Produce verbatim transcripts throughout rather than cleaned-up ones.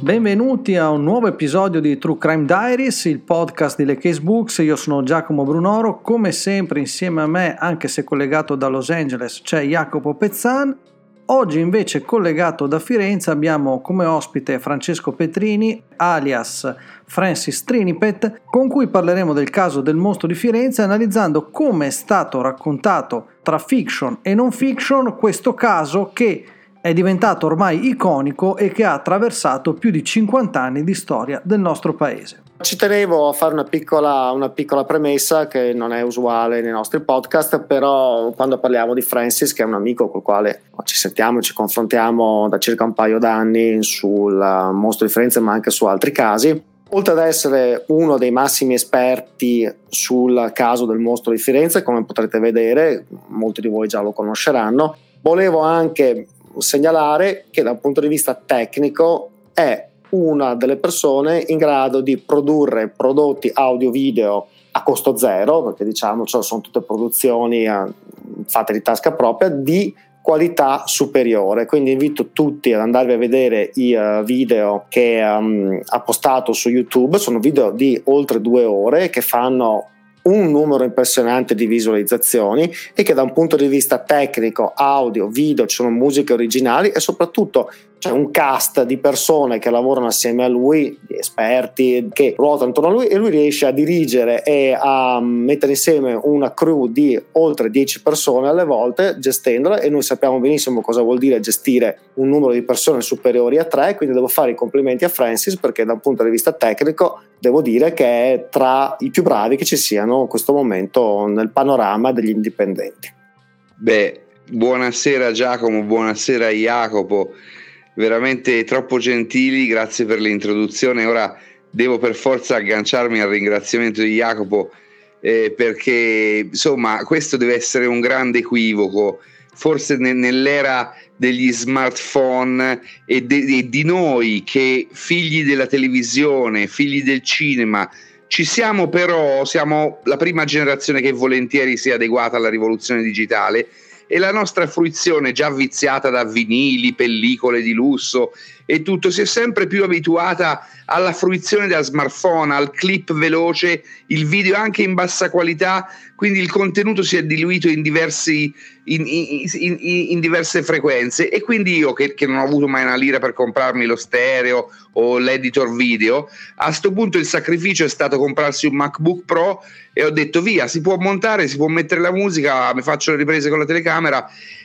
Benvenuti a un nuovo episodio di True Crime Diaries, il podcast di Le Case Books. Io sono Giacomo Brunoro, come sempre insieme a me, anche se collegato da Los Angeles, c'è Jacopo Pezzan. Oggi invece collegato da Firenze abbiamo come ospite Francesco Petrini, alias Francis Trinipet, con cui parleremo del caso del mostro di Firenze, analizzando come è stato raccontato tra fiction e non fiction questo caso che è diventato ormai iconico e che ha attraversato più di cinquanta anni di storia del nostro paese. Ci tenevo a fare una piccola, una piccola premessa che non è usuale nei nostri podcast, però quando parliamo di Francis, che è un amico col quale ci sentiamo e ci confrontiamo da circa un paio d'anni sul mostro di Firenze, ma anche su altri casi, oltre ad essere uno dei massimi esperti sul caso del mostro di Firenze, come potrete vedere, molti di voi già lo conosceranno, volevo anche segnalare che dal punto di vista tecnico è una delle persone in grado di produrre prodotti audio-video a costo zero, perché diciamo cioè, sono tutte produzioni eh, fatte di tasca propria, di qualità superiore. Quindi invito tutti ad andarvi a vedere i uh, video che um, ha postato su YouTube. Sono video di oltre due ore che fanno un numero impressionante di visualizzazioni e che da un punto di vista tecnico, audio, video, ci sono musiche originali e soprattutto c'è un cast di persone che lavorano assieme a lui, di esperti che ruotano intorno a lui, e lui riesce a dirigere e a mettere insieme una crew di oltre dieci persone alle volte, gestendola, e noi sappiamo benissimo cosa vuol dire gestire un numero di persone superiori a tre, quindi devo fare i complimenti a Francis perché da un punto di vista tecnico devo dire che è tra i più bravi che ci siano in questo momento nel panorama degli indipendenti. Beh, buonasera Giacomo, buonasera Jacopo. Veramente troppo gentili, grazie per l'introduzione. Ora devo per forza agganciarmi al ringraziamento di Jacopo eh, perché insomma questo deve essere un grande equivoco, forse ne- nell'era degli smartphone e, de- e di noi che figli della televisione, figli del cinema ci siamo, però siamo la prima generazione che volentieri si è adeguata alla rivoluzione digitale, e la nostra fruizione, già viziata da vinili, pellicole di lusso e tutto, si è sempre più abituata alla fruizione da smartphone, al clip veloce, il video anche in bassa qualità, quindi il contenuto si è diluito in diversi in, in, in, in diverse frequenze, e quindi io che, che non ho avuto mai una lira per comprarmi lo stereo o l'editor video, a sto punto il sacrificio è stato comprarsi un MacBook Pro e ho detto via, si può montare, si può mettere la musica, mi faccio le riprese con la telecamera.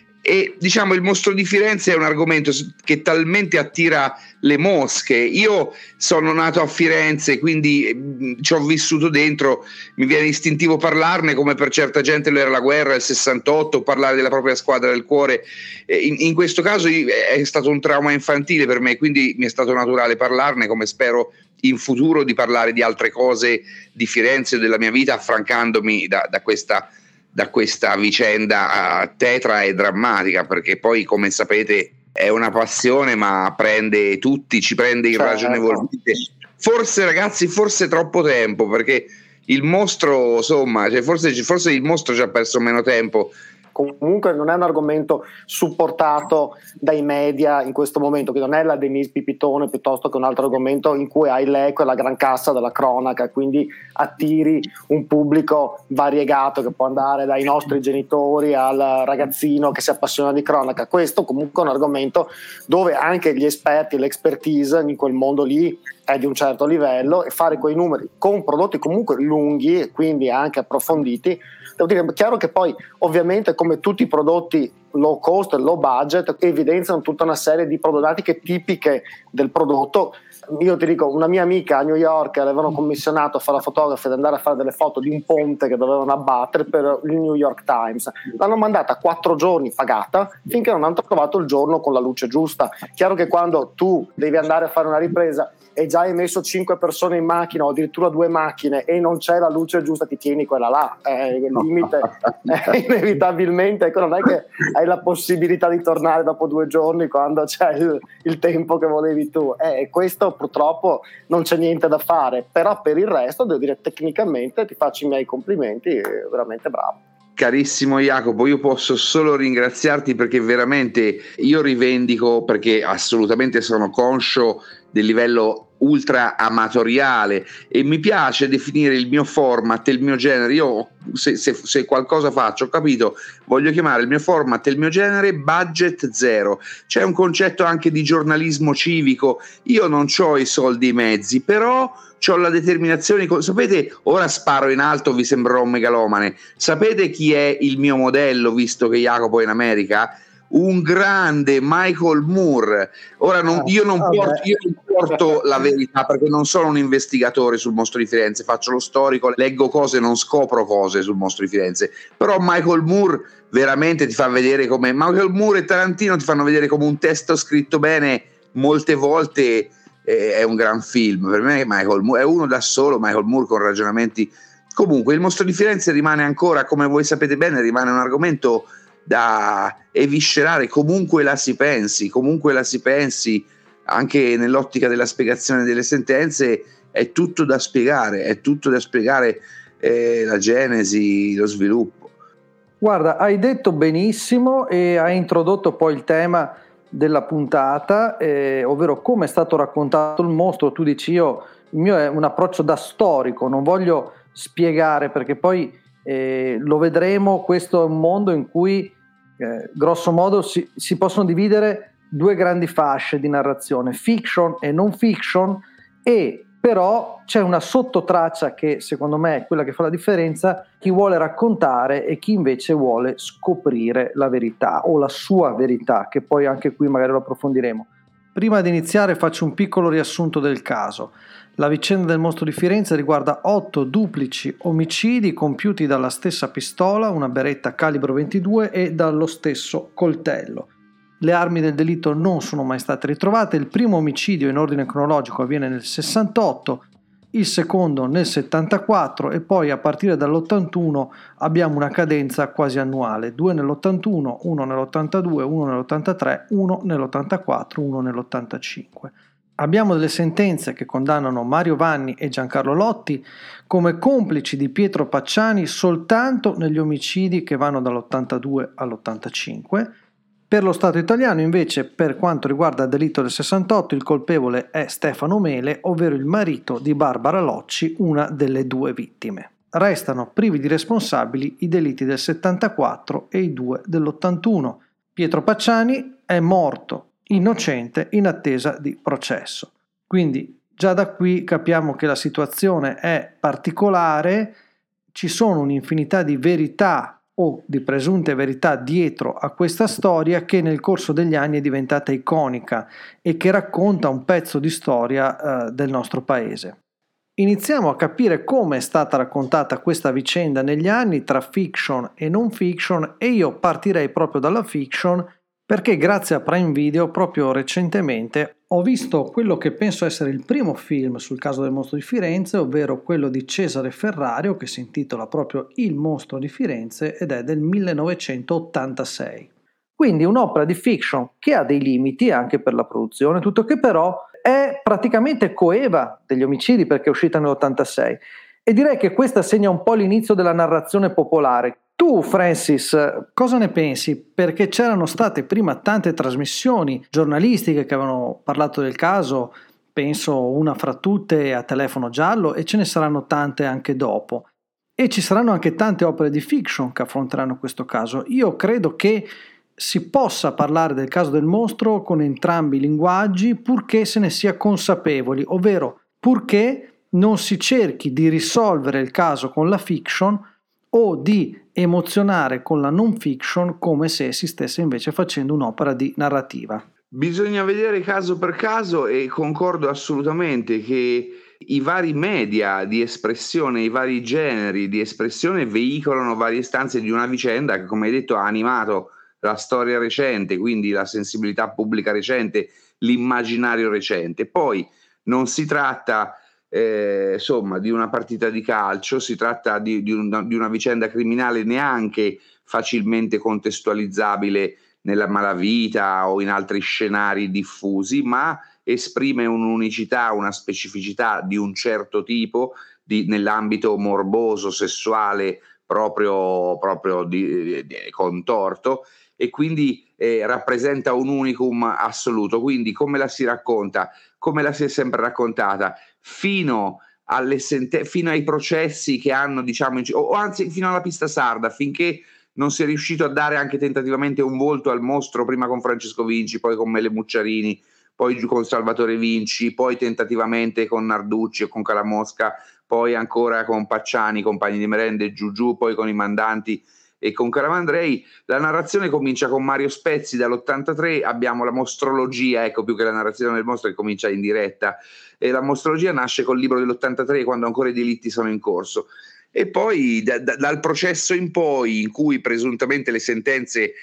E diciamo il mostro di Firenze è un argomento che talmente attira le mosche. Io sono nato a Firenze, quindi eh, ci ho vissuto dentro, mi viene istintivo parlarne, come per certa gente lo era la guerra, il sessantotto, parlare della propria squadra del cuore. Eh, in, in questo caso è stato un trauma infantile per me, quindi mi è stato naturale parlarne, come spero in futuro di parlare di altre cose di Firenze o della mia vita, affrancandomi da, da questa da questa vicenda tetra e drammatica, perché poi, come sapete, è una passione, ma prende tutti, ci prende irragionevolmente. Forse, ragazzi, forse troppo tempo, perché il mostro, insomma, cioè forse, forse il mostro ci ha perso meno tempo. Comunque non è un argomento supportato dai media in questo momento, che non è la Denise Pipitone piuttosto che un altro argomento in cui hai l'eco e la gran cassa della cronaca, quindi attiri un pubblico variegato che può andare dai nostri genitori al ragazzino che si appassiona di cronaca. Questo comunque è un argomento dove anche gli esperti, l'expertise in quel mondo lì è di un certo livello, e fare quei numeri con prodotti comunque lunghi e quindi anche approfonditi, devo dire, è chiaro che poi ovviamente come tutti i prodotti low cost, low budget, evidenziano tutta una serie di problematiche tipiche del prodotto. Io ti dico, una mia amica a New York avevano commissionato a fare la fotografa ed andare a fare delle foto di un ponte che dovevano abbattere per il New York Times. L'hanno mandata quattro giorni pagata finché non hanno trovato il giorno con la luce giusta. Chiaro che quando tu devi andare a fare una ripresa e già hai messo cinque persone in macchina o addirittura due macchine e non c'è la luce giusta, ti tieni quella là, eh, il limite è inevitabilmente, ecco, non è che hai la possibilità di tornare dopo due giorni quando c'è il, il tempo che volevi tu, e eh, questo purtroppo non c'è niente da fare, però per il resto devo dire, tecnicamente ti faccio i miei complimenti, è veramente bravo. Carissimo Jacopo, io posso solo ringraziarti, perché veramente io rivendico, perché assolutamente sono conscio del livello ultra amatoriale e mi piace definire il mio format, il mio genere. Io se, se, se qualcosa faccio, ho capito, voglio chiamare il mio format e il mio genere budget zero. C'è un concetto anche di giornalismo civico. Io non ho i soldi e i mezzi, però c'ho la determinazione. Sapete, ora sparo in alto, vi sembrerò un megalomane. Sapete chi è il mio modello, visto che Jacopo è in America? Un grande Michael Moore. Ora non, io, non porto, io non porto la verità, perché non sono un investigatore sul Mostro di Firenze, faccio lo storico, leggo cose, non scopro cose sul Mostro di Firenze. Però Michael Moore veramente ti fa vedere come Michael Moore e Tarantino ti fanno vedere come un testo scritto bene molte volte eh, è un gran film. Per me Michael Moore è uno da solo, Michael Moore, con ragionamenti. Comunque il Mostro di Firenze rimane ancora, come voi sapete bene, rimane un argomento da eviscerare, comunque la si pensi, comunque la si pensi, anche nell'ottica della spiegazione delle sentenze, è tutto da spiegare, è tutto da spiegare, eh, la genesi, lo sviluppo. Guarda, hai detto benissimo e hai introdotto poi il tema della puntata, eh, ovvero come è stato raccontato il mostro. Tu dici, io, il mio è un approccio da storico, non voglio spiegare, perché poi Eh, lo vedremo, questo è un mondo in cui eh, grosso modo si, si possono dividere due grandi fasce di narrazione, fiction e non fiction, e però c'è una sottotraccia che secondo me è quella che fa la differenza: chi vuole raccontare e chi invece vuole scoprire la verità o la sua verità, che poi anche qui magari lo approfondiremo. Prima di iniziare faccio un piccolo riassunto del caso. La vicenda del Mostro di Firenze riguarda otto duplici omicidi compiuti dalla stessa pistola, una beretta calibro ventidue, e dallo stesso coltello. Le armi del delitto non sono mai state ritrovate. Il primo omicidio in ordine cronologico avviene nel sessantotto, il secondo nel settantaquattro e poi a partire dall'ottantuno abbiamo una cadenza quasi annuale: due nell'ottantuno, uno nell'ottantadue, uno nell'ottantatré, uno nell'ottantaquattro, uno nell'ottantacinque. Abbiamo delle sentenze che condannano Mario Vanni e Giancarlo Lotti come complici di Pietro Pacciani soltanto negli omicidi che vanno dall'ottantadue all'ottantacinque. Per lo Stato italiano invece, per quanto riguarda il delitto del sessantotto, il colpevole è Stefano Mele, ovvero il marito di Barbara Locci, una delle due vittime. Restano privi di responsabili i delitti del settantaquattro e i due dell'ottantuno. Pietro Pacciani è morto innocente in attesa di processo. Quindi già da qui capiamo che la situazione è particolare, ci sono un'infinità di verità o di presunte verità dietro a questa storia, che nel corso degli anni è diventata iconica e che racconta un pezzo di storia eh, del nostro paese. Iniziamo a capire come è stata raccontata questa vicenda negli anni tra fiction e non fiction, e io partirei proprio dalla fiction, perché grazie a Prime Video proprio recentemente ho visto quello che penso essere il primo film sul caso del Mostro di Firenze, ovvero quello di Cesare Ferrario, che si intitola proprio Il Mostro di Firenze ed è del millenovecentottantasei. Quindi un'opera di fiction che ha dei limiti anche per la produzione, tutto che però è praticamente coeva degli omicidi, perché è uscita nell'ottantasei, e direi che questa segna un po' l'inizio della narrazione popolare. Tu, Francis, cosa ne pensi? Perché c'erano state prima tante trasmissioni giornalistiche che avevano parlato del caso, penso una fra tutte a Telefono Giallo, e ce ne saranno tante anche dopo. E ci saranno anche tante opere di fiction che affronteranno questo caso. Io credo che si possa parlare del caso del mostro con entrambi i linguaggi, purché se ne sia consapevoli, ovvero purché non si cerchi di risolvere il caso con la fiction o di emozionare con la non fiction come se si stesse invece facendo un'opera di narrativa. Bisogna vedere caso per caso, e concordo assolutamente che i vari media di espressione, i vari generi di espressione veicolano varie istanze di una vicenda che, come hai detto, ha animato la storia recente, quindi la sensibilità pubblica recente, l'immaginario recente. Poi non si tratta Eh, insomma di una partita di calcio, si tratta di, di, una, di una vicenda criminale neanche facilmente contestualizzabile nella malavita o in altri scenari diffusi, ma esprime un'unicità, una specificità di un certo tipo di, nell'ambito morboso, sessuale, proprio, proprio di, di, contorto, e quindi eh, rappresenta un unicum assoluto. Quindi come la si racconta? Come la si è sempre raccontata? Fino alle sente- fino ai processi che hanno, diciamo, o anzi fino alla pista sarda, finché non si è riuscito a dare anche tentativamente un volto al mostro, prima con Francesco Vinci, poi con Mele Mucciarini, poi con Salvatore Vinci, poi tentativamente con Narducci o con Calamosca, poi ancora con Pacciani, Compagni di Merende, Giugiù, poi con i Mandanti e con Calamandrei. La narrazione comincia con Mario Spezzi dall'ottantatré, abbiamo la mostrologia, ecco, più che la narrazione del mostro, che comincia in diretta, e la mostrologia nasce col libro dell'ottantatré, quando ancora i delitti sono in corso. E poi da, da, dal processo in poi, in cui presuntamente le sentenze eh,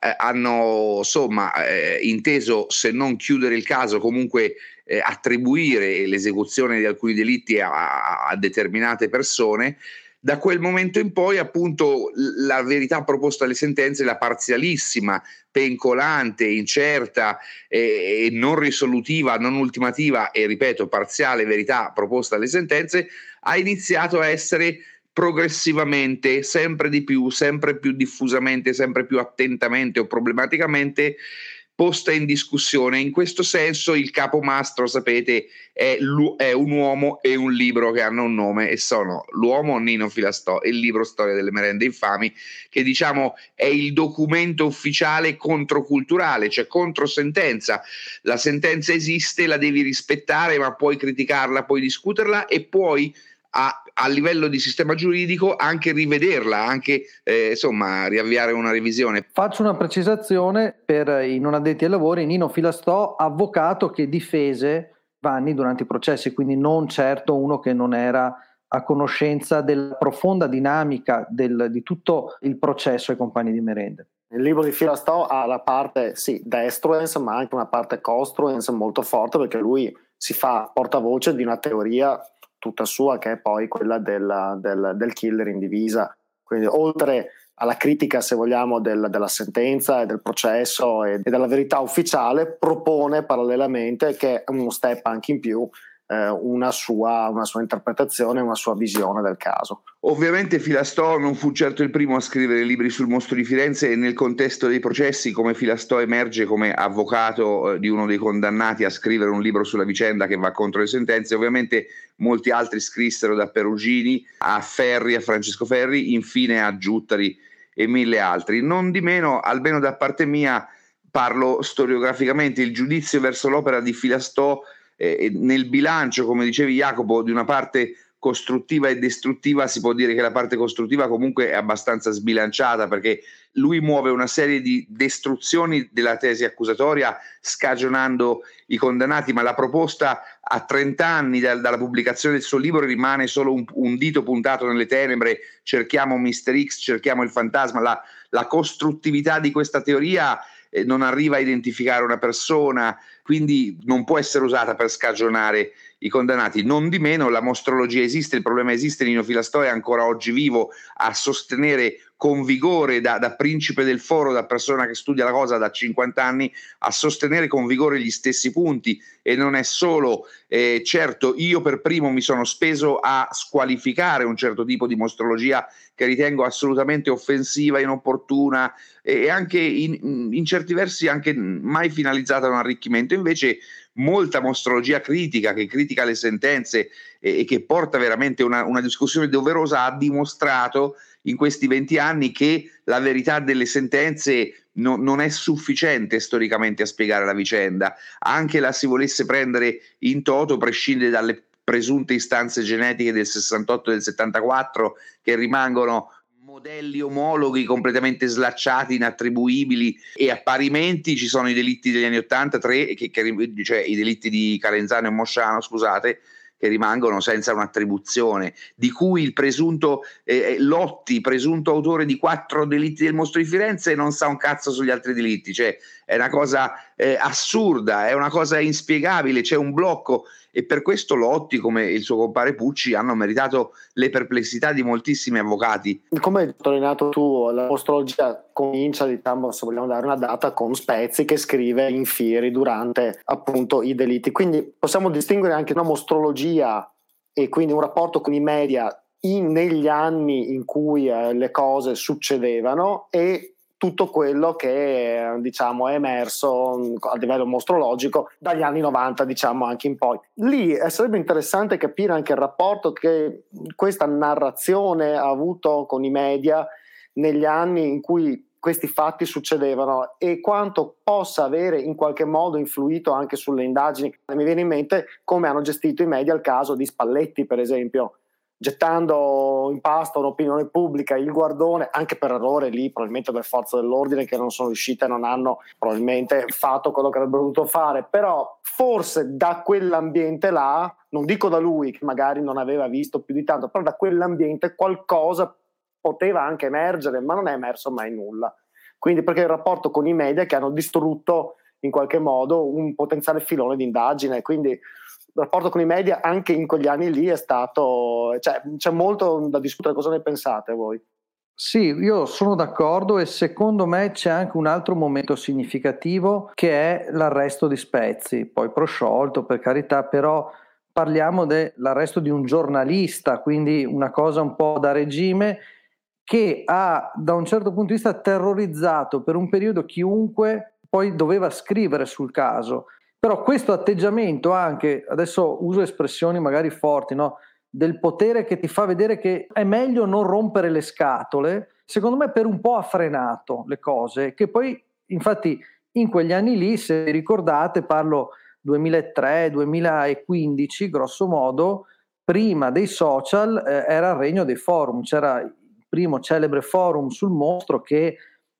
hanno insomma eh, inteso, se non chiudere il caso, comunque eh, attribuire l'esecuzione di alcuni delitti a, a, a determinate persone, da quel momento in poi appunto la verità proposta alle sentenze, la parzialissima, pencolante, incerta e, e non risolutiva, non ultimativa e ripeto parziale verità proposta alle sentenze, ha iniziato a essere progressivamente, sempre di più, sempre più diffusamente, sempre più attentamente o problematicamente posta in discussione. In questo senso il capomastro, sapete, è, è un uomo e un libro che hanno un nome, e sono l'uomo Nino Filastò e il libro Storia delle merende infami, che diciamo è il documento ufficiale controculturale, cioè contro sentenza. La sentenza esiste, la devi rispettare, ma puoi criticarla, puoi discuterla e puoi A, a livello di sistema giuridico anche rivederla, anche eh, insomma riavviare una revisione. Faccio una precisazione per i non addetti ai lavori: Nino Filastò, avvocato che difese Vanni durante i processi, quindi non certo uno che non era a conoscenza della profonda dinamica del, di tutto il processo ai Compagni di Merende. Il libro di Filastò ha la parte sì destruens, ma anche una parte construens molto forte, perché lui si fa portavoce di una teoria tutta sua, che è poi quella del, del, del killer in divisa. Quindi oltre alla critica, se vogliamo, del, della sentenza e del processo e, e della verità ufficiale, propone parallelamente, che è uno step anche in più, eh, una, sua, una sua interpretazione, una sua visione del caso. Ovviamente Filastò non fu certo il primo a scrivere libri sul mostro di Firenze, e nel contesto dei processi come Filastò emerge come avvocato eh, di uno dei condannati a scrivere un libro sulla vicenda che va contro le sentenze. Ovviamente molti altri scrissero, da Perugini a Ferri, a Francesco Ferri, infine a Giuttari e mille altri. Non di meno, almeno da parte mia, parlo storiograficamente, il giudizio verso l'opera di Filastò eh, nel bilancio, come dicevi Jacopo, di una parte costruttiva e distruttiva, si può dire che la parte costruttiva comunque è abbastanza sbilanciata, perché lui muove una serie di distruzioni della tesi accusatoria scagionando i condannati, ma la proposta a trenta anni dal, dalla pubblicazione del suo libro rimane solo un, un dito puntato nelle tenebre: cerchiamo mister X, cerchiamo il fantasma. La, la costruttività di questa teoria eh, non arriva a identificare una persona, quindi non può essere usata per scagionare i condannati. Non di meno la mostrologia esiste, il problema esiste, Nino Filastò è ancora oggi vivo a sostenere con vigore, da, da principe del foro, da persona che studia la cosa da cinquanta anni, a sostenere con vigore gli stessi punti. E non è solo, eh, certo io per primo mi sono speso a squalificare un certo tipo di mostrologia che ritengo assolutamente offensiva, inopportuna e anche in, in certi versi anche mai finalizzata a un arricchimento. Invece molta mostrologia critica, che critica le sentenze e, e che porta veramente una, una discussione doverosa, ha dimostrato in questi venti anni che la verità delle sentenze no, non è sufficiente storicamente a spiegare la vicenda. Anche la si volesse prendere in toto, prescinde dalle presunte istanze genetiche del sessantotto e del settantaquattro, che rimangono modelli omologhi completamente slacciati, inattribuibili, e a parimenti ci sono i delitti degli anni ottantatré, che, che, cioè i delitti di Calenzano e Mosciano, scusate, che rimangono senza un'attribuzione, di cui il presunto eh, Lotti, presunto autore di quattro delitti del mostro di Firenze, non sa un cazzo sugli altri delitti. Cioè è una cosa eh, assurda, è una cosa inspiegabile, c'è un blocco, e per questo Lotti, come il suo compare Pucci, hanno meritato le perplessità di moltissimi avvocati. Come hai sottolineato tu, la mostrologia comincia, diciamo, se vogliamo dare una data, con Spezzi che scrive in fieri durante appunto i delitti. Quindi possiamo distinguere anche una mostrologia e quindi un rapporto con i media in, negli anni in cui eh, le cose succedevano e tutto quello che diciamo è emerso a livello mostrologico dagli anni novanta, diciamo anche in poi. Lì eh, sarebbe interessante capire anche il rapporto che questa narrazione ha avuto con i media negli anni in cui questi fatti succedevano e quanto possa avere in qualche modo influito anche sulle indagini. Mi viene in mente come hanno gestito i media il caso di Spalletti, per esempio, gettando in pasta un'opinione pubblica, il guardone, anche per errore lì, probabilmente per forza dell'ordine, che non sono riuscite e non hanno probabilmente fatto quello che avrebbero dovuto fare, però forse da quell'ambiente là, non dico da lui che magari non aveva visto più di tanto, però da quell'ambiente qualcosa poteva anche emergere, ma non è emerso mai nulla. Quindi perché il rapporto con i media che hanno distrutto in qualche modo un potenziale filone di indagine, quindi il rapporto con i media anche in quegli anni lì è stato, cioè c'è molto da discutere. Cosa ne pensate voi? Sì, io sono d'accordo e secondo me c'è anche un altro momento significativo che è l'arresto di Spezzi, poi prosciolto per carità, però parliamo dell'arresto di un giornalista, quindi una cosa un po' da regime che ha da un certo punto di vista terrorizzato per un periodo chiunque poi doveva scrivere sul caso. Però questo atteggiamento anche, adesso uso espressioni magari forti, no? Del potere che ti fa vedere che è meglio non rompere le scatole, secondo me per un po' ha frenato le cose, che poi infatti in quegli anni lì, se vi ricordate, parlo duemilatré duemilaquindici grosso modo, prima dei social eh, era il regno dei forum, c'era il primo celebre forum sul mostro che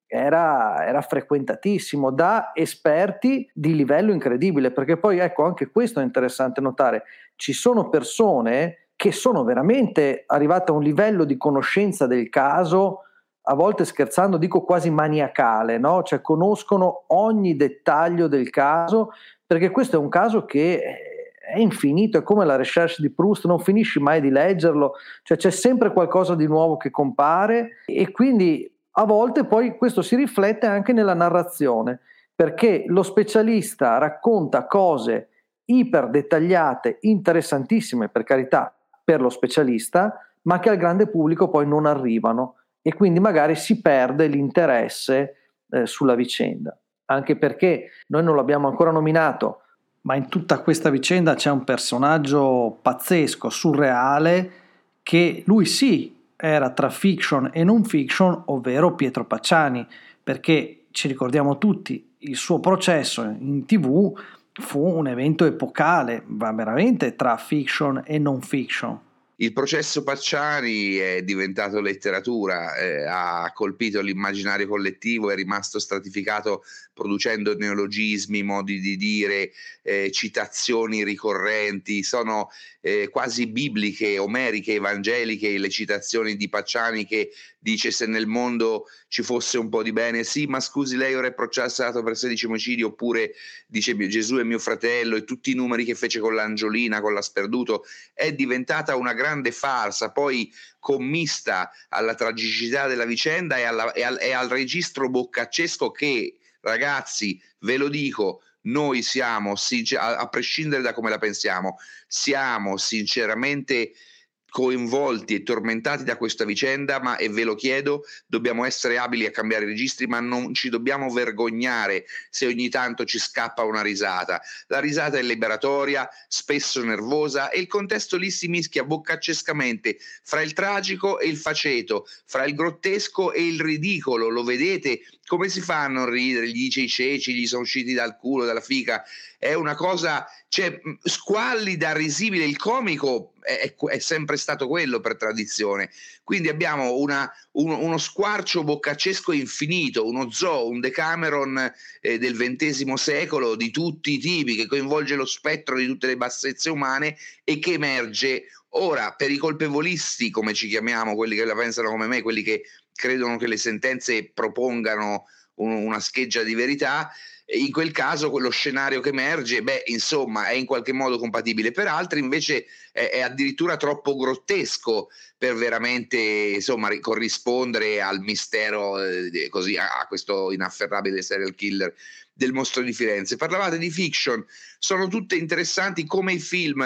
Era, era frequentatissimo da esperti di livello incredibile, perché poi ecco anche questo è interessante notare, ci sono persone che sono veramente arrivate a un livello di conoscenza del caso, a volte scherzando dico quasi maniacale, no? Cioè conoscono ogni dettaglio del caso, perché questo è un caso che è infinito, è come la recherche di Proust, non finisci mai di leggerlo, cioè c'è sempre qualcosa di nuovo che compare e quindi a volte poi questo si riflette anche nella narrazione, perché lo specialista racconta cose iper dettagliate, interessantissime per carità per lo specialista, ma che al grande pubblico poi non arrivano e quindi magari si perde l'interesse eh, sulla vicenda. Anche perché noi non l'abbiamo ancora nominato, ma in tutta questa vicenda c'è un personaggio pazzesco, surreale, che lui sì era tra fiction e non fiction, ovvero Pietro Pacciani, perché ci ricordiamo tutti, il suo processo in tivù fu un evento epocale, va veramente tra fiction e non fiction. Il processo Pacciani è diventato letteratura, eh, ha colpito l'immaginario collettivo, è rimasto stratificato producendo neologismi, modi di dire, eh, citazioni ricorrenti, sono eh, quasi bibliche, omeriche, evangeliche le citazioni di Pacciani che dice: se nel mondo ci fosse un po' di bene, sì, ma scusi, lei ora è processato per sedici omicidi, oppure dice Gesù è mio fratello, e tutti i numeri che fece con l'Angiolina, con l'ha sperduto, è diventata una grande farsa, poi commista alla tragicità della vicenda e, alla, e, al, e al registro boccaccesco che, ragazzi, ve lo dico, noi siamo, a prescindere da come la pensiamo, siamo sinceramente coinvolti e tormentati da questa vicenda, ma, e ve lo chiedo, dobbiamo essere abili a cambiare registri, ma non ci dobbiamo vergognare se ogni tanto ci scappa una risata. La risata è liberatoria, spesso nervosa, e il contesto lì si mischia boccaccescamente fra il tragico e il faceto, fra il grottesco e il ridicolo. Lo vedete come si fa a non ridere? Gli dice i ceci, gli sono usciti dal culo, dalla fica. È una cosa, cioè, squallida, risibile. Il comico è, è sempre stato quello per tradizione. Quindi abbiamo una, un, uno squarcio boccaccesco infinito, uno zoo, un Decameron eh, del ventesimo secolo di tutti i tipi, che coinvolge lo spettro di tutte le bassezze umane e che emerge ora per i colpevolisti, come ci chiamiamo, quelli che la pensano come me, quelli che credono che le sentenze propongano un, una scheggia di verità. In quel caso quello scenario che emerge, beh, insomma, è in qualche modo compatibile. Per altri invece è, è addirittura troppo grottesco per veramente, insomma, corrispondere al mistero, eh, così, a, a questo inafferrabile serial killer del Mostro di Firenze. Parlavate di fiction, sono tutte interessanti come i film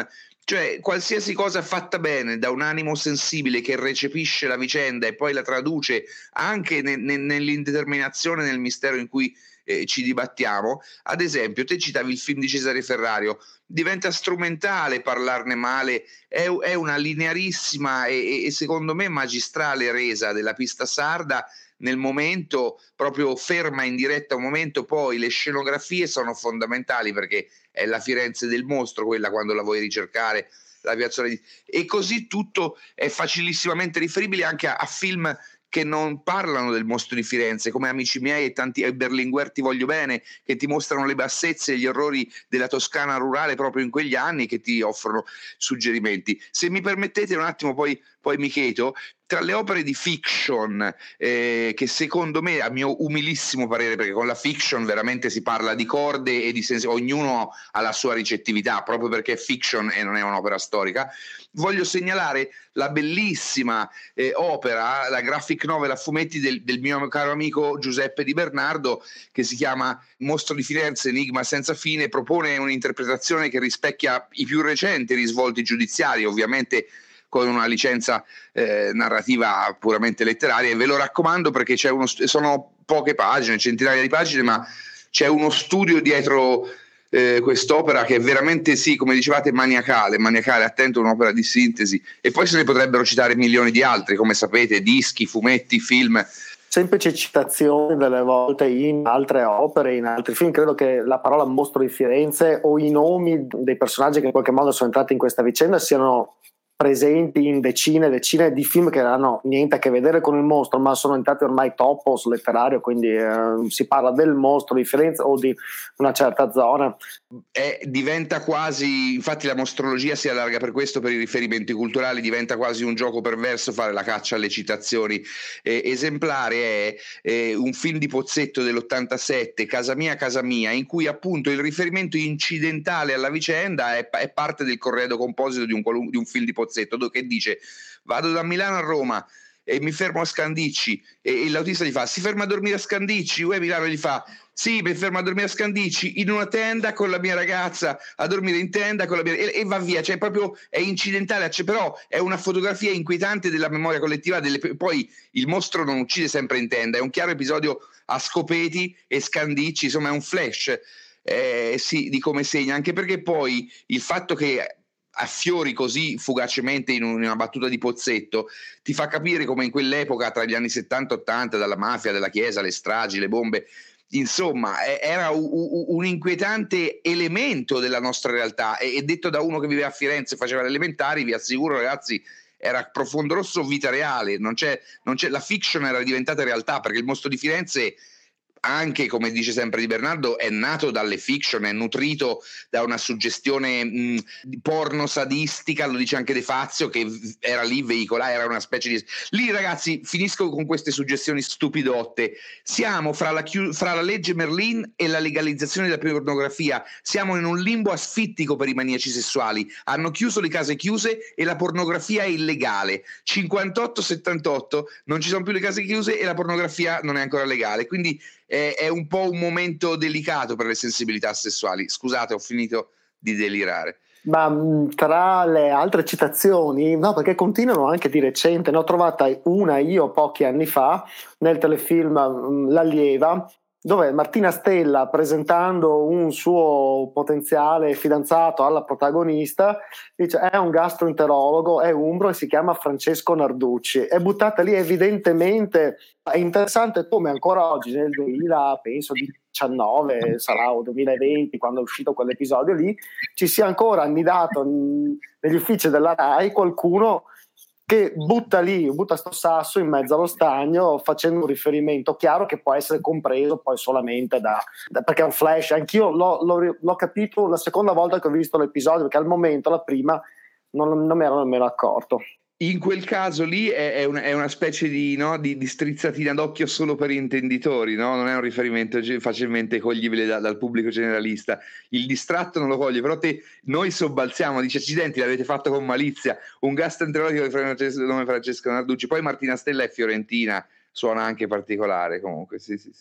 Cioè, qualsiasi cosa fatta bene da un animo sensibile che recepisce la vicenda e poi la traduce anche ne, ne, nell'indeterminazione, nel mistero in cui eh, ci dibattiamo. Ad esempio, te citavi il film di Cesare Ferrario, diventa strumentale parlarne male, è, è una linearissima e, e secondo me magistrale resa della pista sarda nel momento, proprio ferma in diretta un momento. Poi le scenografie sono fondamentali, perché è la Firenze del mostro quella, quando la vuoi ricercare, la piazzola di... e così tutto è facilissimamente riferibile anche a, a film che non parlano del mostro di Firenze, come Amici miei e tanti e Berlinguer Ti voglio bene, che ti mostrano le bassezze e gli orrori della Toscana rurale proprio in quegli anni, che ti offrono suggerimenti. Se mi permettete un attimo, poi, poi mi chiedo, tra le opere di fiction eh, che secondo me, a mio umilissimo parere, perché con la fiction veramente si parla di corde e di sensi, ognuno ha la sua ricettività, proprio perché è fiction e non è un'opera storica, voglio segnalare la bellissima eh, opera, la graphic novel a fumetti del, del mio caro amico Giuseppe Di Bernardo, che si chiama Mostro di Firenze, enigma senza fine. Propone un'interpretazione che rispecchia i più recenti risvolti giudiziari, ovviamente con una licenza eh, narrativa puramente letteraria, e ve lo raccomando perché c'è uno, sono poche pagine, centinaia di pagine, ma c'è uno studio dietro eh, quest'opera che è veramente, sì, come dicevate, maniacale, maniacale, attento, un'opera di sintesi. E poi se ne potrebbero citare milioni di altri, come sapete, dischi, fumetti, film. Semplici citazioni delle volte in altre opere, in altri film. Credo che la parola mostro di Firenze o i nomi dei personaggi che in qualche modo sono entrati in questa vicenda siano presenti in decine e decine di film che non hanno niente a che vedere con il mostro, ma sono entrati ormai topos letterario, quindi eh, si parla del mostro di Firenze o di una certa zona. È, diventa quasi, infatti la mostrologia si allarga per questo, per i riferimenti culturali, diventa quasi un gioco perverso fare la caccia alle citazioni. Eh, esemplare è eh, un film di Pozzetto dell'ottantasette, Casa mia, casa mia, in cui appunto il riferimento incidentale alla vicenda è, è parte del corredo composito di un, qualun- di un film di Pozzetto, che dice: vado da Milano a Roma e mi fermo a Scandicci, e l'autista gli fa: si ferma a dormire a Scandicci? Uè, Milano gli fa: sì, mi fermo a dormire a Scandicci in una tenda con la mia ragazza, a dormire in tenda con la mia... e, e va via. Cioè proprio è incidentale, cioè, però è una fotografia inquietante della memoria collettiva delle... Poi il mostro non uccide sempre in tenda, è un chiaro episodio a Scopeti e Scandicci, insomma è un flash eh, sì, di come segna, anche perché poi il fatto che affiori così fugacemente in una battuta di Pozzetto ti fa capire come in quell'epoca, tra gli anni settanta ottanta, dalla mafia, della chiesa, le stragi, le bombe, insomma era un inquietante elemento della nostra realtà, e detto da uno che viveva a Firenze e faceva le elementari, vi assicuro ragazzi, era Profondo Rosso vita reale. Non c'è, non c'è, la fiction era diventata realtà, perché il mostro di Firenze, anche come dice sempre Di Bernardo, è nato dalle fiction, è nutrito da una suggestione mh, porno sadistica, lo dice anche De Fazio, che era lì veicolata, era una specie di... Lì ragazzi, finisco con queste suggestioni stupidotte, siamo fra la, chi... fra la legge Merlin e la legalizzazione della pornografia, siamo in un limbo asfittico per i maniaci sessuali, hanno chiuso le case chiuse e la pornografia è illegale, cinquantotto settantotto non ci sono più le case chiuse e la pornografia non è ancora legale, quindi è un po' un momento delicato per le sensibilità sessuali. Scusate, ho finito di delirare. Ma tra le altre citazioni, no, perché continuano anche di recente, ne ho trovata una io pochi anni fa nel telefilm L'Allieva, dove Martina Stella, presentando un suo potenziale fidanzato alla protagonista, dice: è un gastroenterologo, è umbro e si chiama Francesco Narducci. È buttata lì evidentemente. È interessante come ancora oggi, nel duemila, penso diciannove, sarà o duemilaventi, quando è uscito quell'episodio lì, ci sia ancora annidato negli uffici della RAI qualcuno che butta lì, butta sto sasso in mezzo allo stagno, facendo un riferimento chiaro che può essere compreso poi solamente da, da perché è un flash. Anch'io l'ho, l'ho, l'ho capito la seconda volta che ho visto l'episodio, perché al momento, la prima, non, non mi ero nemmeno accorto. In quel caso lì è, è, una, è una specie di, no, di, di strizzatina d'occhio solo per intenditori, no? Non è un riferimento facilmente coglibile da, dal pubblico generalista. Il distratto non lo coglie, però te, noi sobbalziamo, dice: accidenti, l'avete fatto con malizia, un gastroenterologo di Francesco, Francesco Narducci. Poi Martina Stella è fiorentina, suona anche particolare comunque, sì sì, sì.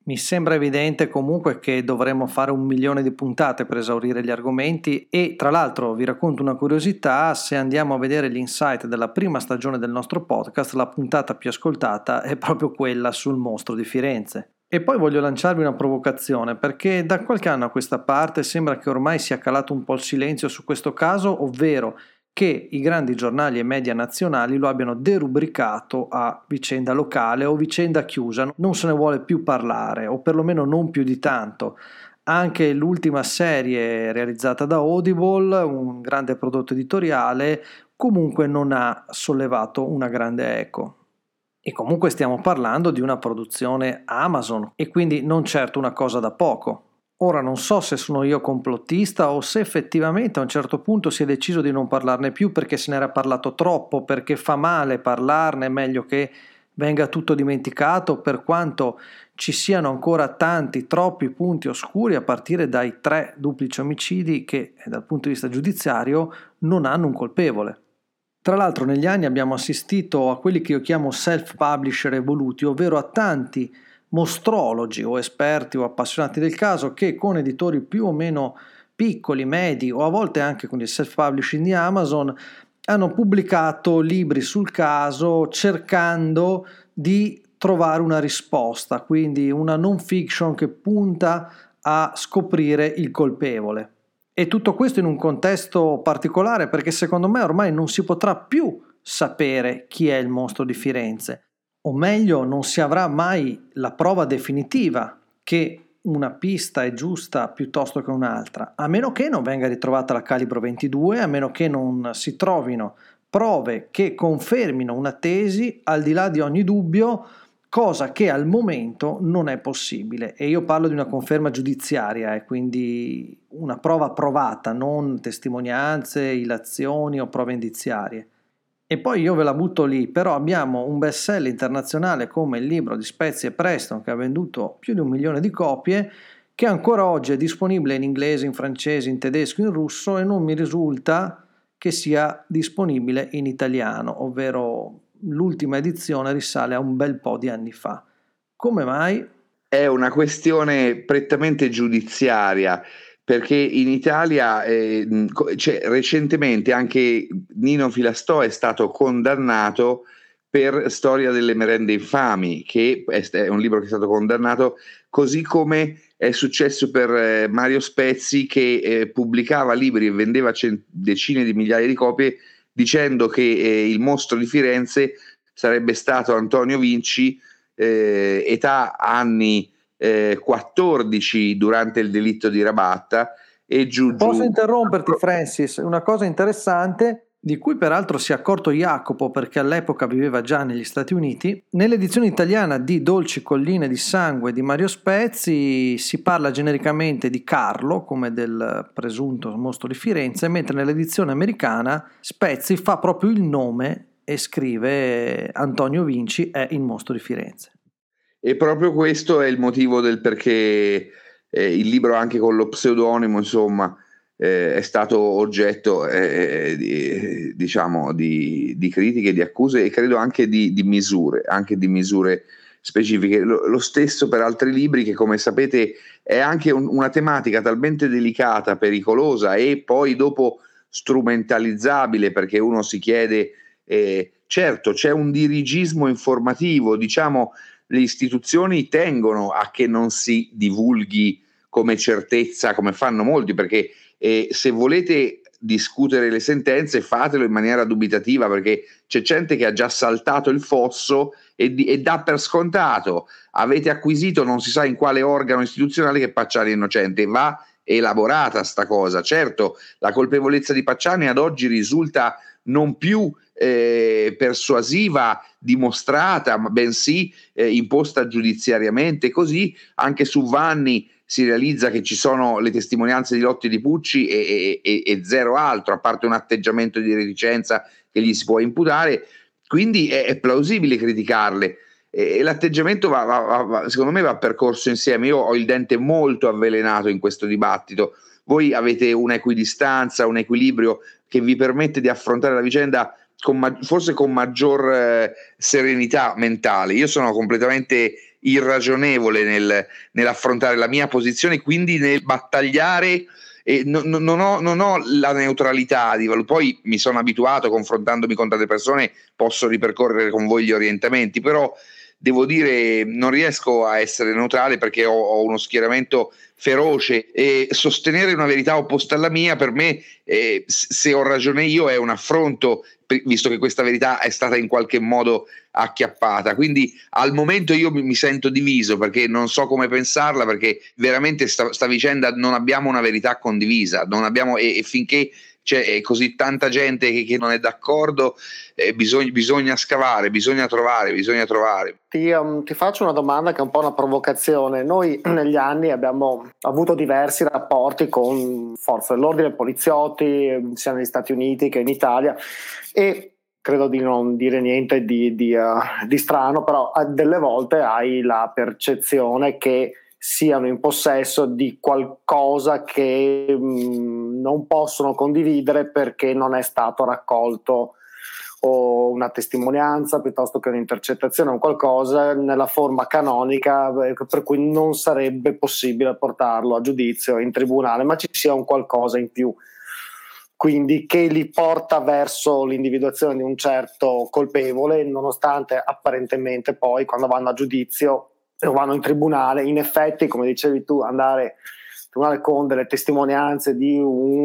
Mi sembra evidente comunque che dovremmo fare un milione di puntate per esaurire gli argomenti e tra l'altro vi racconto una curiosità: se andiamo a vedere gli insight della prima stagione del nostro podcast, la puntata più ascoltata è proprio quella sul mostro di Firenze. E poi voglio lanciarvi una provocazione, perché da qualche anno a questa parte sembra che ormai sia calato un po' il silenzio su questo caso, ovvero che i grandi giornali e media nazionali lo abbiano derubricato a vicenda locale o vicenda chiusa, non se ne vuole più parlare, o perlomeno non più di tanto. Anche l'ultima serie realizzata da Audible, un grande prodotto editoriale, comunque non ha sollevato una grande eco. E comunque stiamo parlando di una produzione Amazon, e quindi non certo una cosa da poco. Ora non so se sono io complottista o se effettivamente a un certo punto si è deciso di non parlarne più perché se n'era parlato troppo, perché fa male parlarne, è meglio che venga tutto dimenticato, per quanto ci siano ancora tanti, troppi punti oscuri a partire dai tre duplici omicidi che dal punto di vista giudiziario non hanno un colpevole. Tra l'altro negli anni abbiamo assistito a quelli che io chiamo self-publisher evoluti, ovvero a tanti mostrologi o esperti o appassionati del caso che con editori più o meno piccoli, medi o a volte anche con il self-publishing di Amazon hanno pubblicato libri sul caso cercando di trovare una risposta, quindi una non fiction che punta a scoprire il colpevole. E tutto questo in un contesto particolare, perché secondo me ormai non si potrà più sapere chi è il mostro di Firenze. O meglio, non si avrà mai la prova definitiva che una pista è giusta piuttosto che un'altra, a meno che non venga ritrovata la calibro ventidue, a meno che non si trovino prove che confermino una tesi al di là di ogni dubbio, cosa che al momento non è possibile. E io parlo di una conferma giudiziaria, e eh, quindi una prova provata, non testimonianze, ilazioni o prove indiziarie. E poi io ve la butto lì, però abbiamo un bestseller internazionale come il libro di Spezie e Preston, che ha venduto più di un milione di copie, che ancora oggi è disponibile in inglese, in francese, in tedesco, in russo, e non mi risulta che sia disponibile in italiano, ovvero l'ultima edizione risale a un bel po' di anni fa. Come mai? È una questione prettamente giudiziaria, perché in Italia eh, cioè, recentemente anche Nino Filastò è stato condannato per Storia delle merende infami, che è un libro che è stato condannato, così come è successo per eh, Mario Spezzi, che eh, pubblicava libri e vendeva cent- decine di migliaia di copie dicendo che eh, il mostro di Firenze sarebbe stato Antonio Vinci, eh, età anni Eh, quattordici durante il delitto di Rabatta, e giù, Posso giù. interromperti, Francis? Una cosa interessante di cui peraltro si è accorto Jacopo, perché all'epoca viveva già negli Stati Uniti. Nell'edizione italiana di Dolci colline di sangue di Mario Spezzi si parla genericamente di Carlo come del presunto mostro di Firenze, mentre nell'edizione americana Spezzi fa proprio il nome e scrive Antonio Vinci è il mostro di Firenze. E proprio questo è il motivo del perché eh, il libro, anche con lo pseudonimo, insomma, eh, è stato oggetto eh, di, diciamo di, di critiche, di accuse e credo anche di, di misure, anche di misure specifiche. Lo, lo stesso per altri libri, che come sapete è anche un, una tematica talmente delicata, pericolosa e poi dopo strumentalizzabile, perché uno si chiede, eh, certo c'è un dirigismo informativo, diciamo. Le istituzioni tengono a che non si divulghi come certezza, come fanno molti, perché eh, se volete discutere le sentenze fatelo in maniera dubitativa, perché c'è gente che ha già saltato il fosso e, di, e dà per scontato, avete acquisito non si sa in quale organo istituzionale che Pacciani è innocente. Va elaborata sta cosa. Certo, la colpevolezza di Pacciani ad oggi risulta non più eh, persuasiva, dimostrata, ma bensì eh, imposta giudiziariamente. Così anche su Vanni si realizza che ci sono le testimonianze di Lotti e di Pucci e, e, e zero altro, a parte un atteggiamento di reticenza che gli si può imputare, quindi è, è plausibile criticarle. E l'atteggiamento va, va, va, secondo me va percorso insieme. Io ho il dente molto avvelenato in questo dibattito, voi avete un'equidistanza, un equilibrio che vi permette di affrontare la vicenda con ma- forse con maggior eh, serenità mentale. Io sono completamente irragionevole nel, nell'affrontare la mia posizione, quindi nel battagliare. E non, non, ho, non ho la neutralità di valutare. Poi mi sono abituato, confrontandomi con tante persone, posso ripercorrere con voi gli orientamenti, però devo dire non riesco a essere neutrale perché ho, ho uno schieramento feroce, e sostenere una verità opposta alla mia per me, eh, se ho ragione io, è un affronto, visto che questa verità è stata in qualche modo acchiappata. Quindi al momento io mi, mi sento diviso perché non so come pensarla, perché veramente sta, sta vicenda non abbiamo una verità condivisa, non abbiamo, e, e finché c'è così tanta gente che, che non è d'accordo, eh, bisogna, bisogna scavare, bisogna trovare, bisogna trovare. Ti, um, ti faccio una domanda che è un po' una provocazione. Noi negli anni abbiamo avuto diversi rapporti con forze dell'ordine, poliziotti, sia negli Stati Uniti che in Italia, e credo di non dire niente di, di, uh, di strano, però uh, delle volte hai la percezione che siano in possesso di qualcosa che mh, non possono condividere perché non è stato raccolto, o una testimonianza piuttosto che un'intercettazione o qualcosa nella forma canonica, per cui non sarebbe possibile portarlo a giudizio in tribunale, ma ci sia un qualcosa in più, quindi che li porta verso l'individuazione di un certo colpevole, nonostante apparentemente poi quando vanno a giudizio o vanno in tribunale, in effetti, come dicevi tu, andare in tribunale con delle testimonianze di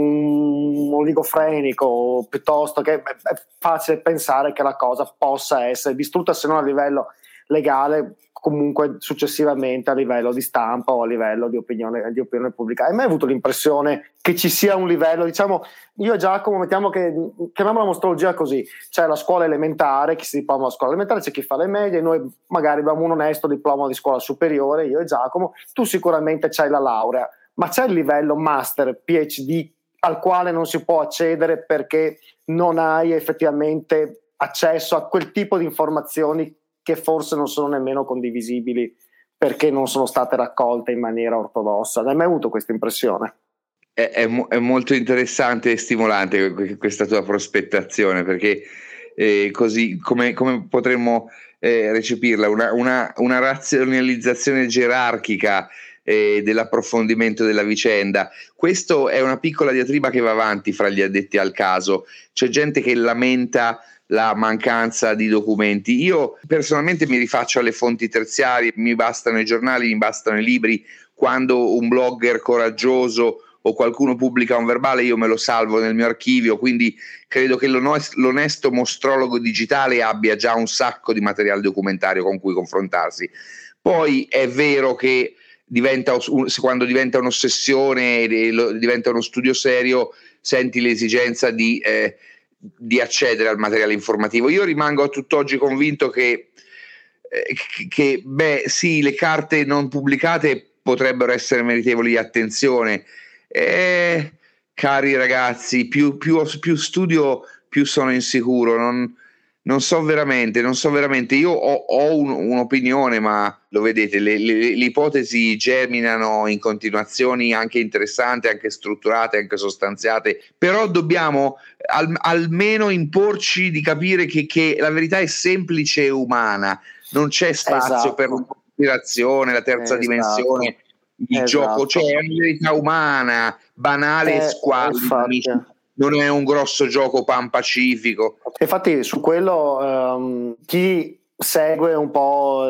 un oligofrenico, piuttosto che è facile pensare che la cosa possa essere distrutta, se non a livello legale, comunque successivamente a livello di stampa o a livello di opinione, di opinione pubblica. Hai mai avuto l'impressione che ci sia un livello, diciamo, io e Giacomo mettiamo che, chiamiamo la mostrologia così, c'è la scuola elementare, chi si diploma alla scuola elementare, c'è chi fa le medie, noi magari abbiamo un onesto diploma di scuola superiore, io e Giacomo, tu sicuramente c'hai la laurea, ma c'è il livello master, P H D, al quale non si può accedere perché non hai effettivamente accesso a quel tipo di informazioni che forse non sono nemmeno condivisibili perché non sono state raccolte in maniera ortodossa. Hai mai avuto questa impressione? È, è, è molto interessante e stimolante questa tua prospettazione, perché eh, così come, come potremmo eh, recepirla, una, una, una razionalizzazione gerarchica eh, dell'approfondimento della vicenda. Questo è una piccola diatriba che va avanti fra gli addetti al caso. C'è gente che lamenta la mancanza di documenti. Io personalmente mi rifaccio alle fonti terziarie, mi bastano i giornali, mi bastano i libri. Quando un blogger coraggioso o qualcuno pubblica un verbale, io me lo salvo nel mio archivio, quindi credo che l'onesto mostrologo digitale abbia già un sacco di materiale documentario con cui confrontarsi. Poi è vero che diventa, quando diventa un'ossessione, diventa uno studio serio, senti l'esigenza di eh, di accedere al materiale informativo. Io rimango a tutt'oggi convinto che, eh, che beh sì, le carte non pubblicate potrebbero essere meritevoli di attenzione. Eh, cari ragazzi, più, più, più studio, più sono insicuro. Non, non so veramente, non so veramente. Io ho, ho un, un'opinione, ma lo vedete, le, le, le ipotesi germinano in continuazioni anche interessanti, anche strutturate, anche sostanziate. Però dobbiamo al, almeno imporci di capire che, che la verità è semplice e umana. Non c'è spazio esatto. per la cospirazione, la terza esatto. dimensione, il esatto. gioco. Cioè è una verità umana, banale eh, e squallida. Non è un grosso gioco pan pacifico. Infatti su quello um, chi segue un po'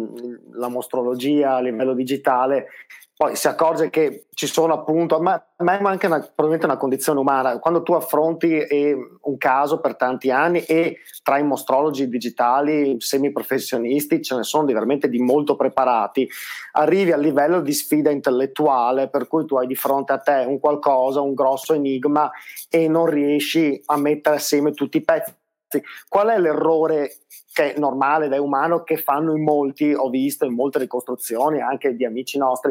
la mostrologia a livello digitale poi si accorge che ci sono appunto, ma a me manca una, probabilmente una condizione umana. Quando tu affronti eh, un caso per tanti anni, e tra i mostrologi digitali semiprofessionisti ce ne sono di veramente di molto preparati, arrivi al livello di sfida intellettuale per cui tu hai di fronte a te un qualcosa, un grosso enigma, e non riesci a mettere assieme tutti i pezzi. Qual è l'errore che è normale ed è umano che fanno in molti, ho visto in molte ricostruzioni anche di amici nostri,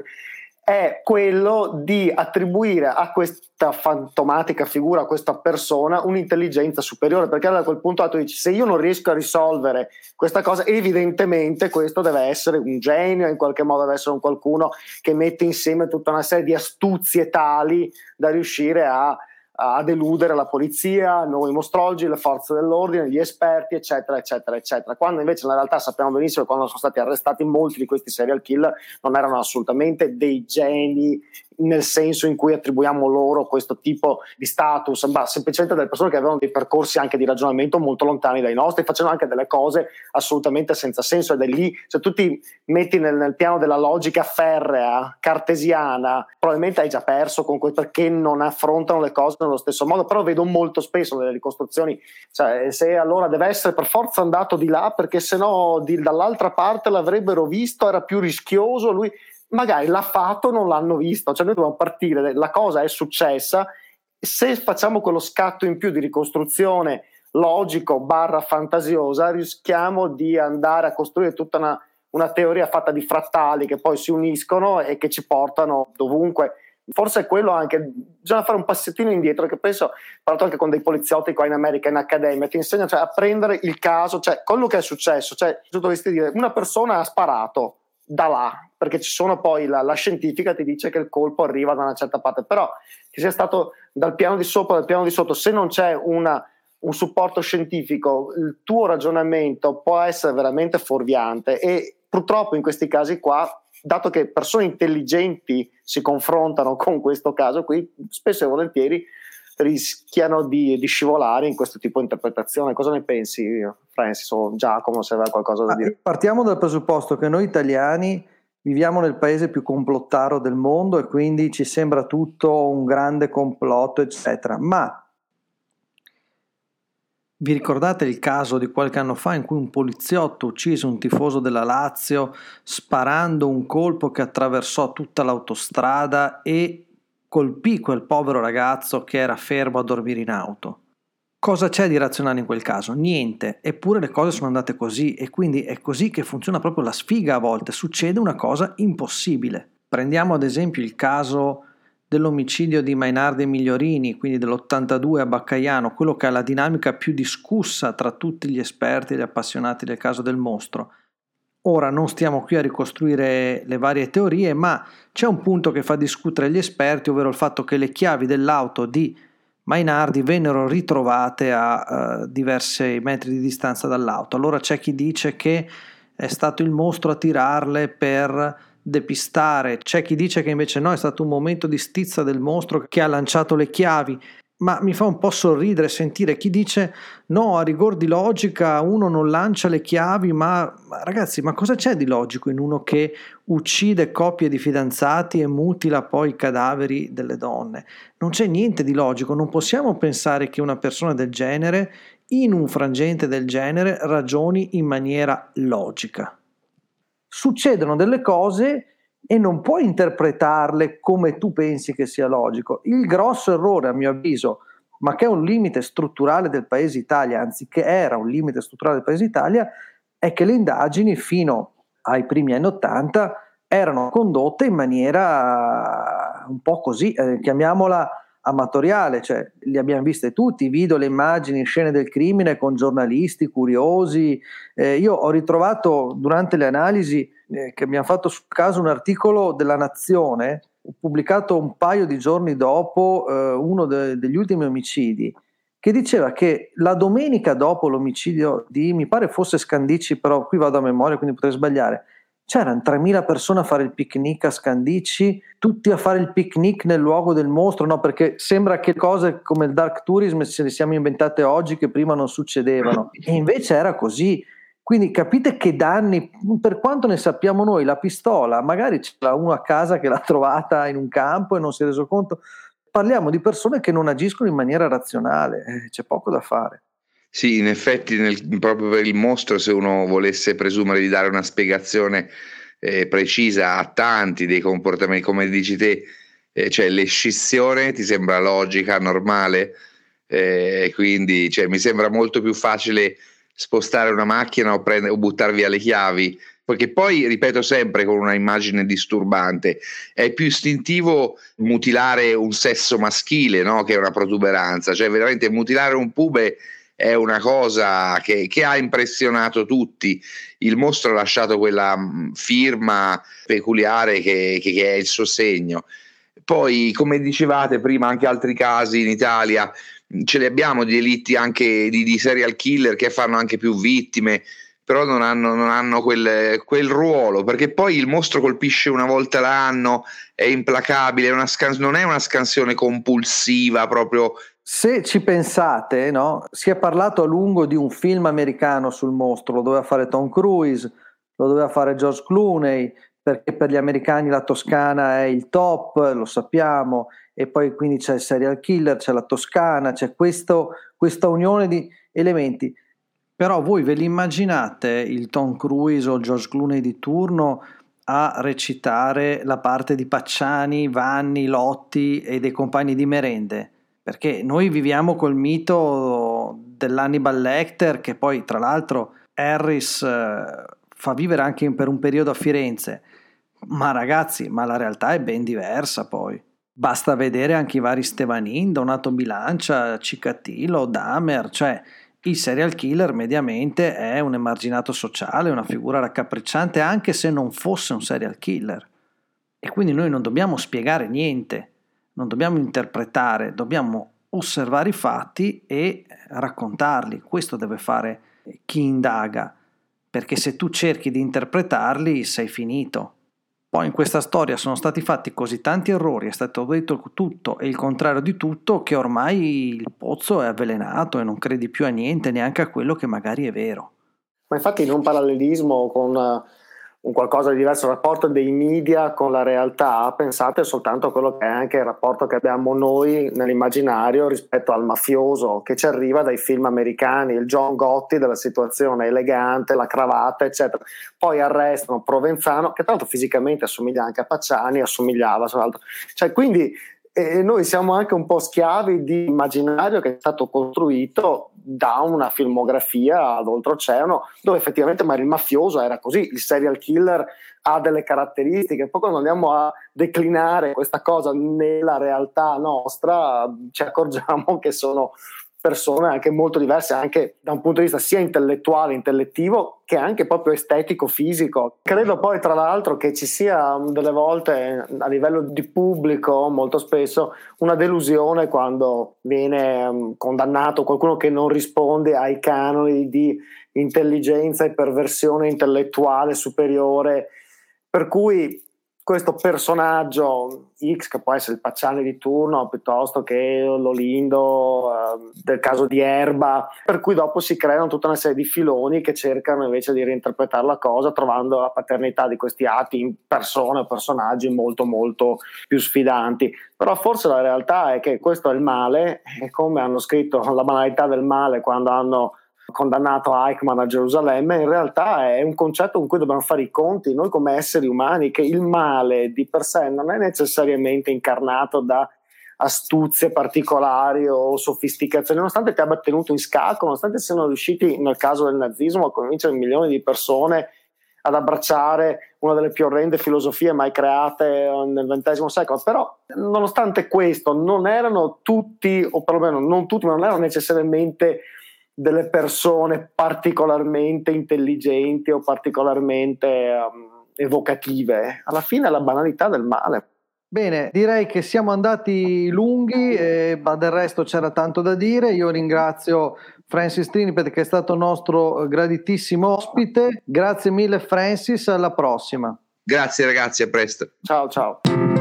è quello di attribuire a questa fantomatica figura, a questa persona, un'intelligenza superiore, perché allora a quel punto tu dici: se io non riesco a risolvere questa cosa, evidentemente questo deve essere un genio, in qualche modo deve essere un qualcuno che mette insieme tutta una serie di astuzie tali da riuscire a a deludere la polizia, noi mostrologi, le forze dell'ordine, gli esperti, eccetera, eccetera, eccetera. Quando invece in realtà sappiamo benissimo che quando sono stati arrestati molti di questi serial killer non erano assolutamente dei geni nel senso in cui attribuiamo loro questo tipo di status, ma semplicemente delle persone che avevano dei percorsi anche di ragionamento molto lontani dai nostri, facendo anche delle cose assolutamente senza senso. Ed è lì, se tu ti metti nel, nel piano della logica ferrea, cartesiana, probabilmente hai già perso con questo, perché non affrontano le cose nello stesso modo. Però vedo molto spesso nelle ricostruzioni, cioè, se allora deve essere per forza andato di là perché sennò di, dall'altra parte l'avrebbero visto, era più rischioso, lui magari l'ha fatto, non l'hanno visto. Cioè noi dobbiamo partire, la cosa è successa, se facciamo quello scatto in più di ricostruzione logico barra fantasiosa rischiamo di andare a costruire tutta una, una teoria fatta di frattali che poi si uniscono e che ci portano dovunque. Forse è quello anche, bisogna fare un passettino indietro, che penso, ho parlato anche con dei poliziotti qua in America, in accademia, ti insegnano, cioè, a prendere il caso, cioè quello che è successo, cioè tu dovresti dire una persona ha sparato da là, perché ci sono poi la, la scientifica ti dice che il colpo arriva da una certa parte, però che sia stato dal piano di sopra, dal piano di sotto, se non c'è una, un supporto scientifico, il tuo ragionamento può essere veramente fuorviante. E purtroppo in questi casi qua, dato che persone intelligenti si confrontano con questo caso qui, spesso e volentieri rischiano di, di scivolare in questo tipo di interpretazione. Cosa ne pensi, Francis o Giacomo, se aveva qualcosa da dire? Partiamo dal presupposto che noi italiani viviamo nel paese più complottaro del mondo e quindi ci sembra tutto un grande complotto, eccetera. Ma vi ricordate il caso di qualche anno fa in cui un poliziotto uccise un tifoso della Lazio sparando un colpo che attraversò tutta l'autostrada e colpì quel povero ragazzo che era fermo a dormire in auto? Cosa c'è di razionale in quel caso? Niente, eppure le cose sono andate così e quindi è così che funziona proprio la sfiga a volte, succede una cosa impossibile. Prendiamo ad esempio il caso dell'omicidio di Mainardi e Migliorini, quindi dell'ottantadue a Baccaiano, quello che ha la dinamica più discussa tra tutti gli esperti e gli appassionati del caso del mostro. Ora non stiamo qui a ricostruire le varie teorie, ma c'è un punto che fa discutere gli esperti, ovvero il fatto che le chiavi dell'auto di Mainardi vennero ritrovate a uh, diversi metri di distanza dall'auto. Allora c'è chi dice che è stato il mostro a tirarle per depistare, c'è chi dice che invece no, è stato un momento di stizza del mostro che ha lanciato le chiavi. Ma mi fa un po' sorridere sentire chi dice no, a rigor di logica uno non lancia le chiavi, ma, ma ragazzi, ma cosa c'è di logico in uno che uccide coppie di fidanzati e mutila poi i cadaveri delle donne? Non c'è niente di logico, non possiamo pensare che una persona del genere, in un frangente del genere, ragioni in maniera logica. Succedono delle cose e non puoi interpretarle come tu pensi che sia logico. Il grosso errore, a mio avviso, ma che è un limite strutturale del Paese Italia, anzi che era un limite strutturale del Paese Italia, è che le indagini fino ai primi anni Ottanta erano condotte in maniera un po' così, eh, chiamiamola amatoriale, cioè li abbiamo viste tutti, i video, le immagini, scene del crimine con giornalisti curiosi. Eh, io ho ritrovato durante le analisi eh, che abbiamo fatto sul caso un articolo della Nazione, pubblicato un paio di giorni dopo eh, uno de- degli ultimi omicidi, che diceva che la domenica dopo l'omicidio di, mi pare fosse Scandicci, però qui vado a memoria quindi potrei sbagliare, c'erano tremila persone a fare il picnic a Scandicci, tutti a fare il picnic nel luogo del mostro, no? Perché sembra che cose come il dark tourism se le siamo inventate oggi che prima non succedevano, e invece era così. Quindi capite che danni, per quanto ne sappiamo noi, la pistola magari c'era uno a casa che l'ha trovata in un campo e non si è reso conto. Parliamo di persone che non agiscono in maniera razionale, eh, c'è poco da fare. Sì, in effetti nel, proprio per il mostro, se uno volesse presumere di dare una spiegazione eh, precisa a tanti dei comportamenti, come dici te, eh, cioè l'escissione ti sembra logica, normale, eh, quindi cioè, mi sembra molto più facile spostare una macchina o, prendere, o buttar via le chiavi, perché poi, ripeto sempre con una immagine disturbante, è più istintivo mutilare un sesso maschile, no? Che è una protuberanza, cioè veramente mutilare un pube è una cosa che, che ha impressionato tutti. Il mostro ha lasciato quella firma peculiare che, che, che è il suo segno. Poi, come dicevate prima, anche altri casi in Italia ce li abbiamo di delitti anche di, di serial killer che fanno anche più vittime, però non hanno, non hanno quel, quel ruolo, perché poi il mostro colpisce una volta l'anno, è implacabile, è una scans- non è una scansione compulsiva proprio. Se ci pensate, no? Si è parlato a lungo di un film americano sul mostro, lo doveva fare Tom Cruise, lo doveva fare George Clooney, perché per gli americani la Toscana è il top, lo sappiamo, e poi quindi c'è il serial killer, c'è la Toscana, c'è questo, questa unione di elementi. Però voi ve li immaginate il Tom Cruise o il George Clooney di turno a recitare la parte di Pacciani, Vanni, Lotti e dei compagni di merende? Perché noi viviamo col mito dell'Hannibal Lecter, che poi tra l'altro Harris eh, fa vivere anche per un periodo a Firenze, ma ragazzi, ma la realtà è ben diversa poi. Basta vedere anche i vari Stevanin, Donato Bilancia, Ciccatilo, Dahmer, cioè il serial killer mediamente è un emarginato sociale, una figura raccapricciante anche se non fosse un serial killer. E quindi noi non dobbiamo spiegare niente, non dobbiamo interpretare, dobbiamo osservare i fatti e raccontarli. Questo deve fare chi indaga, perché se tu cerchi di interpretarli sei finito. Poi in questa storia sono stati fatti così tanti errori, è stato detto tutto e il contrario di tutto, che ormai il pozzo è avvelenato e non credi più a niente, neanche a quello che magari è vero. Ma infatti in un parallelismo con un qualcosa di diverso, il rapporto dei media con la realtà, pensate soltanto a quello che è anche il rapporto che abbiamo noi nell'immaginario rispetto al mafioso che ci arriva dai film americani, il John Gotti della situazione elegante, la cravatta eccetera, poi arrestano Provenzano che tra l'altro fisicamente assomiglia anche a Pacciani, assomigliava cioè quindi e noi siamo anche un po' schiavi di immaginario che è stato costruito da una filmografia ad oltreoceano dove effettivamente magari il mafioso era così, il serial killer ha delle caratteristiche, poi quando andiamo a declinare questa cosa nella realtà nostra ci accorgiamo che sono persone anche molto diverse, anche da un punto di vista sia intellettuale, intellettivo, che anche proprio estetico, fisico. Credo poi tra l'altro che ci sia delle volte a livello di pubblico, molto spesso, una delusione quando viene um, condannato qualcuno che non risponde ai canoni di intelligenza e perversione intellettuale superiore, per cui questo personaggio X, che può essere il Pacciani di turno piuttosto che l'Olindo eh, del caso di Erba, per cui dopo si creano tutta una serie di filoni che cercano invece di reinterpretare la cosa trovando la paternità di questi atti in persone o personaggi molto molto più sfidanti. Però forse la realtà è che questo è il male, e come hanno scritto La banalità del male quando hanno condannato Eichmann a Gerusalemme, in realtà è un concetto con cui dobbiamo fare i conti noi come esseri umani, che il male di per sé non è necessariamente incarnato da astuzie particolari o sofisticazioni, nonostante ti abbia tenuto in scacco, nonostante siano riusciti nel caso del nazismo a convincere milioni di persone ad abbracciare una delle più orrende filosofie mai create nel ventesimo secolo, però nonostante questo non erano tutti, o perlomeno non tutti, ma non erano necessariamente delle persone particolarmente intelligenti o particolarmente um, evocative. Alla fine è la banalità del male. Bene, direi che siamo andati lunghi, eh, ma del resto c'era tanto da dire. Io ringrazio Francis Trinipet che è stato nostro graditissimo ospite. Grazie mille Francis, alla prossima. Grazie ragazzi, a presto. Ciao ciao.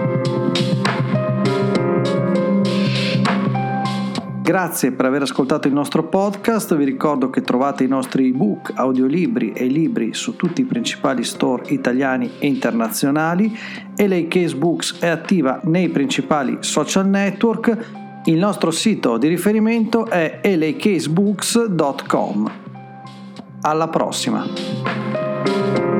Grazie per aver ascoltato il nostro podcast, vi ricordo che trovate i nostri ebook, audiolibri e libri su tutti i principali store italiani e internazionali e L A Case Books è attiva nei principali social network. Il nostro sito di riferimento è l a case books dot com. Alla prossima!